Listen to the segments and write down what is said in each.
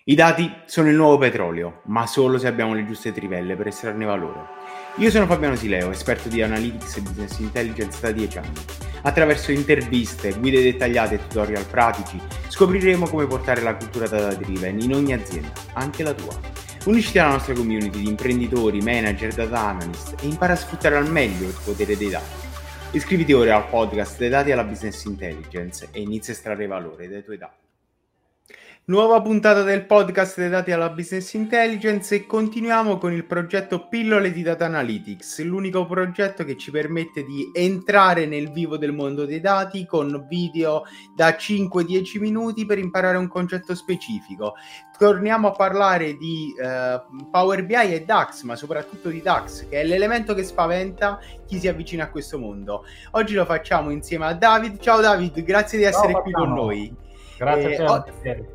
I dati sono il nuovo petrolio, ma solo se abbiamo le giuste trivelle per estrarne valore. Io sono Fabiano Sileo, esperto di Analytics e Business Intelligence da 10 anni. Attraverso interviste, guide dettagliate e tutorial pratici, scopriremo come portare la cultura data-driven in ogni azienda, anche la tua. Unisciti alla nostra community di imprenditori, manager, data analyst e impara a sfruttare al meglio il potere dei dati. Iscriviti ora al podcast dei dati alla Business Intelligence e inizia a estrarre valore dai tuoi dati. Nuova puntata del podcast dei dati alla Business Intelligence e continuiamo con il progetto Pillole di Data Analytics, l'unico progetto che ci permette di entrare nel vivo del mondo dei dati con video da 5-10 minuti per imparare un concetto specifico. Torniamo a parlare di Power BI e DAX, ma soprattutto di DAX, che è l'elemento che spaventa chi si avvicina a questo mondo. Oggi lo facciamo insieme a David. Ciao David, grazie di essere qui con noi. Grazie a te.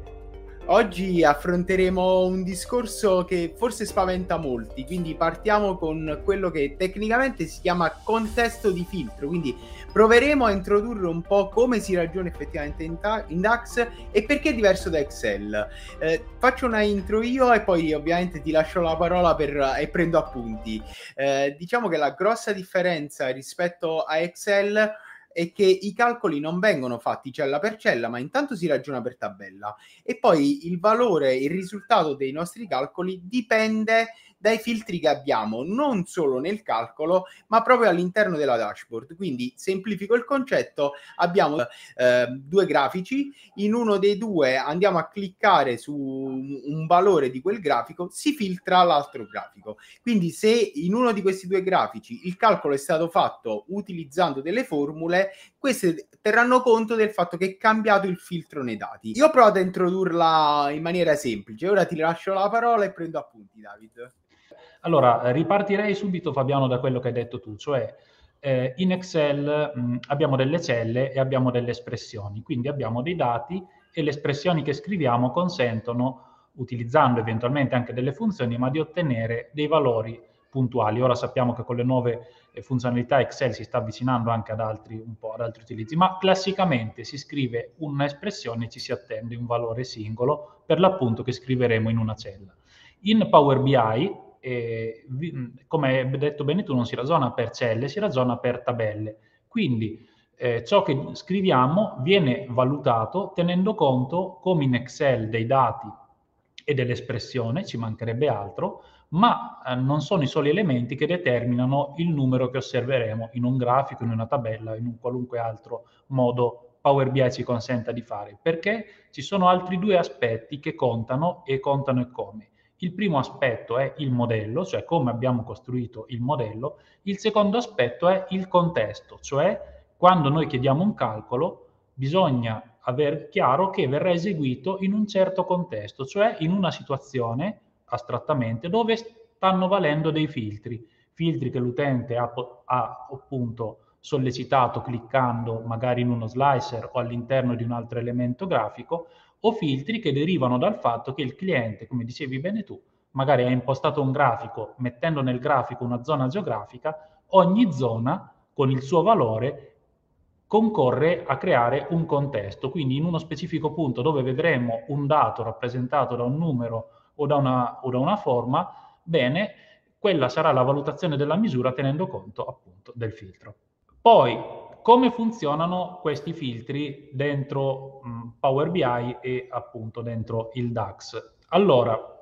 Oggi affronteremo un discorso che forse spaventa molti, quindi partiamo con quello che tecnicamente si chiama contesto di filtro, quindi proveremo a introdurre un po' come si ragiona effettivamente in DAX e perché è diverso da Excel. Faccio una intro io e poi ovviamente ti lascio la parola e prendo appunti. Diciamo che la grossa differenza rispetto a Excel è che i calcoli non vengono fatti cella per cella, ma intanto si ragiona per tabella e poi il valore, il risultato dei nostri calcoli dipende dai filtri che abbiamo, non solo nel calcolo, ma proprio all'interno della dashboard. Quindi semplifico il concetto, abbiamo due grafici, in uno dei due andiamo a cliccare su un valore di quel grafico, si filtra l'altro grafico. Quindi se in uno di questi due grafici il calcolo è stato fatto utilizzando delle formule, queste terranno conto del fatto che è cambiato il filtro nei dati. Io ho provato a introdurla in maniera semplice, ora ti lascio la parola e prendo appunti, David. Allora, ripartirei subito, Fabiano, da quello che hai detto tu, cioè in Excel abbiamo delle celle e abbiamo delle espressioni, quindi abbiamo dei dati e le espressioni che scriviamo consentono, utilizzando eventualmente anche delle funzioni, ma di ottenere dei valori puntuali. Ora sappiamo che con le nuove funzionalità Excel si sta avvicinando anche ad altri utilizzi, ma classicamente si scrive un'espressione e ci si attende un valore singolo, per l'appunto che scriveremo in una cella. In Power BI, come hai detto bene tu, non si ragiona per celle, si ragiona per tabelle. Quindi ciò che scriviamo viene valutato tenendo conto, come in Excel, dei dati e dell'espressione, ci mancherebbe altro, ma non sono i soli elementi che determinano il numero che osserveremo in un grafico, in una tabella, in un qualunque altro modo Power BI ci consenta di fare, perché ci sono altri due aspetti che contano e come. Il primo aspetto è il modello, cioè come abbiamo costruito il modello. Il secondo aspetto è il contesto, cioè quando noi chiediamo un calcolo bisogna aver chiaro che verrà eseguito in un certo contesto, cioè in una situazione, astrattamente, dove stanno valendo dei filtri che l'utente ha appunto sollecitato cliccando magari in uno slicer o all'interno di un altro elemento grafico, o filtri che derivano dal fatto che il cliente, come dicevi bene tu, magari ha impostato un grafico mettendo nel grafico una zona geografica, ogni zona con il suo valore concorre a creare un contesto, quindi in uno specifico punto dove vedremo un dato rappresentato da un numero o da una forma, bene, quella sarà la valutazione della misura tenendo conto appunto del filtro. Poi, come funzionano questi filtri dentro Power BI e appunto dentro il DAX? Allora,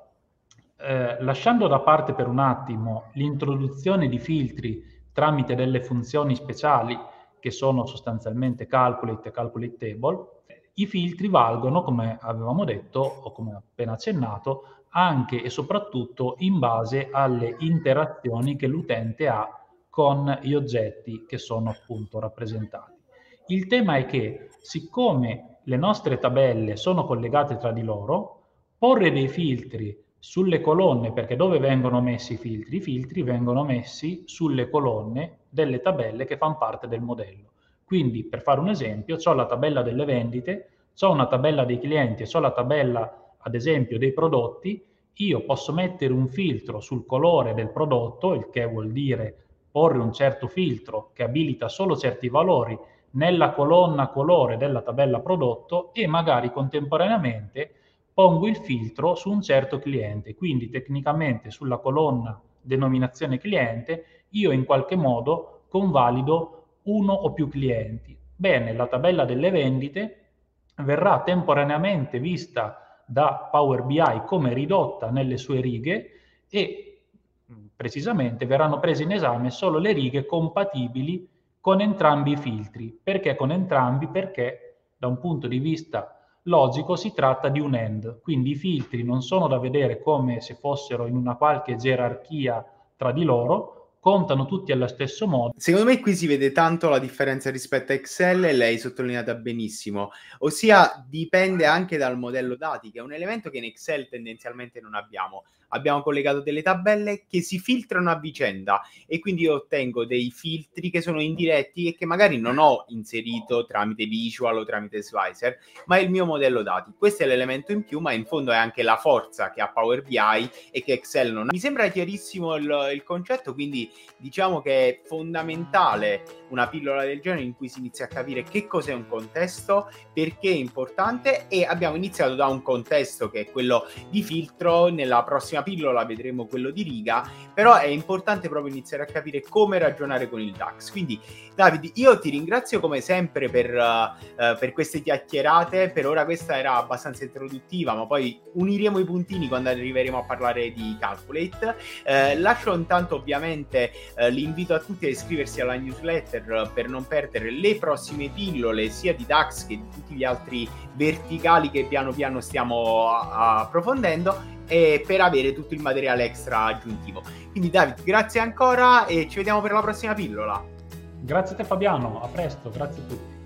lasciando da parte per un attimo l'introduzione di filtri tramite delle funzioni speciali che sono sostanzialmente calculate table, i filtri valgono, come avevamo detto o come appena accennato, anche e soprattutto in base alle interazioni che l'utente ha con gli oggetti che sono appunto rappresentati. Il tema è che, siccome le nostre tabelle sono collegate tra di loro, porre dei filtri sulle colonne, perché dove vengono messi i filtri? I filtri vengono messi sulle colonne delle tabelle che fanno parte del modello. Quindi, per fare un esempio, ho la tabella delle vendite, ho una tabella dei clienti e ho la tabella, ad esempio, dei prodotti. Io posso mettere un filtro sul colore del prodotto, il che vuol dire porre un certo filtro che abilita solo certi valori nella colonna colore della tabella prodotto e magari contemporaneamente pongo il filtro su un certo cliente, quindi tecnicamente sulla colonna denominazione cliente io in qualche modo convalido uno o più clienti. Bene, la tabella delle vendite verrà temporaneamente vista da Power BI come ridotta nelle sue righe e precisamente verranno prese in esame solo le righe compatibili con entrambi i filtri. Perché con entrambi? Perché da un punto di vista logico si tratta di un AND, quindi i filtri non sono da vedere come se fossero in una qualche gerarchia tra di loro, contano tutti allo stesso modo. Secondo me qui si vede tanto la differenza rispetto a Excel e l'hai sottolineata benissimo, ossia dipende anche dal modello dati, che è un elemento che in Excel tendenzialmente non abbiamo. Abbiamo collegato delle tabelle che si filtrano a vicenda e quindi io ottengo dei filtri che sono indiretti e che magari non ho inserito tramite visual o tramite slicer, ma è il mio modello dati. Questo è l'elemento in più, ma in fondo è anche la forza che ha Power BI e che Excel non ha. Mi sembra chiarissimo il concetto, quindi diciamo che è fondamentale una pillola del genere in cui si inizia a capire che cos'è un contesto, perché è importante, e abbiamo iniziato da un contesto che è quello di filtro. Nella prossima pillola vedremo quello di riga, però è importante proprio iniziare a capire come ragionare con il DAX. Quindi Davide, io ti ringrazio come sempre per queste chiacchierate. Per ora questa era abbastanza introduttiva, ma poi uniremo i puntini quando arriveremo a parlare di Calculate. Lascio intanto ovviamente l'invito a tutti a iscriversi alla newsletter per non perdere le prossime pillole sia di DAX che di tutti gli altri verticali che piano piano stiamo approfondendo, e per avere tutto il materiale extra aggiuntivo. Quindi David, grazie ancora e ci vediamo per la prossima pillola. Grazie a te Fabiano, a presto, grazie a tutti.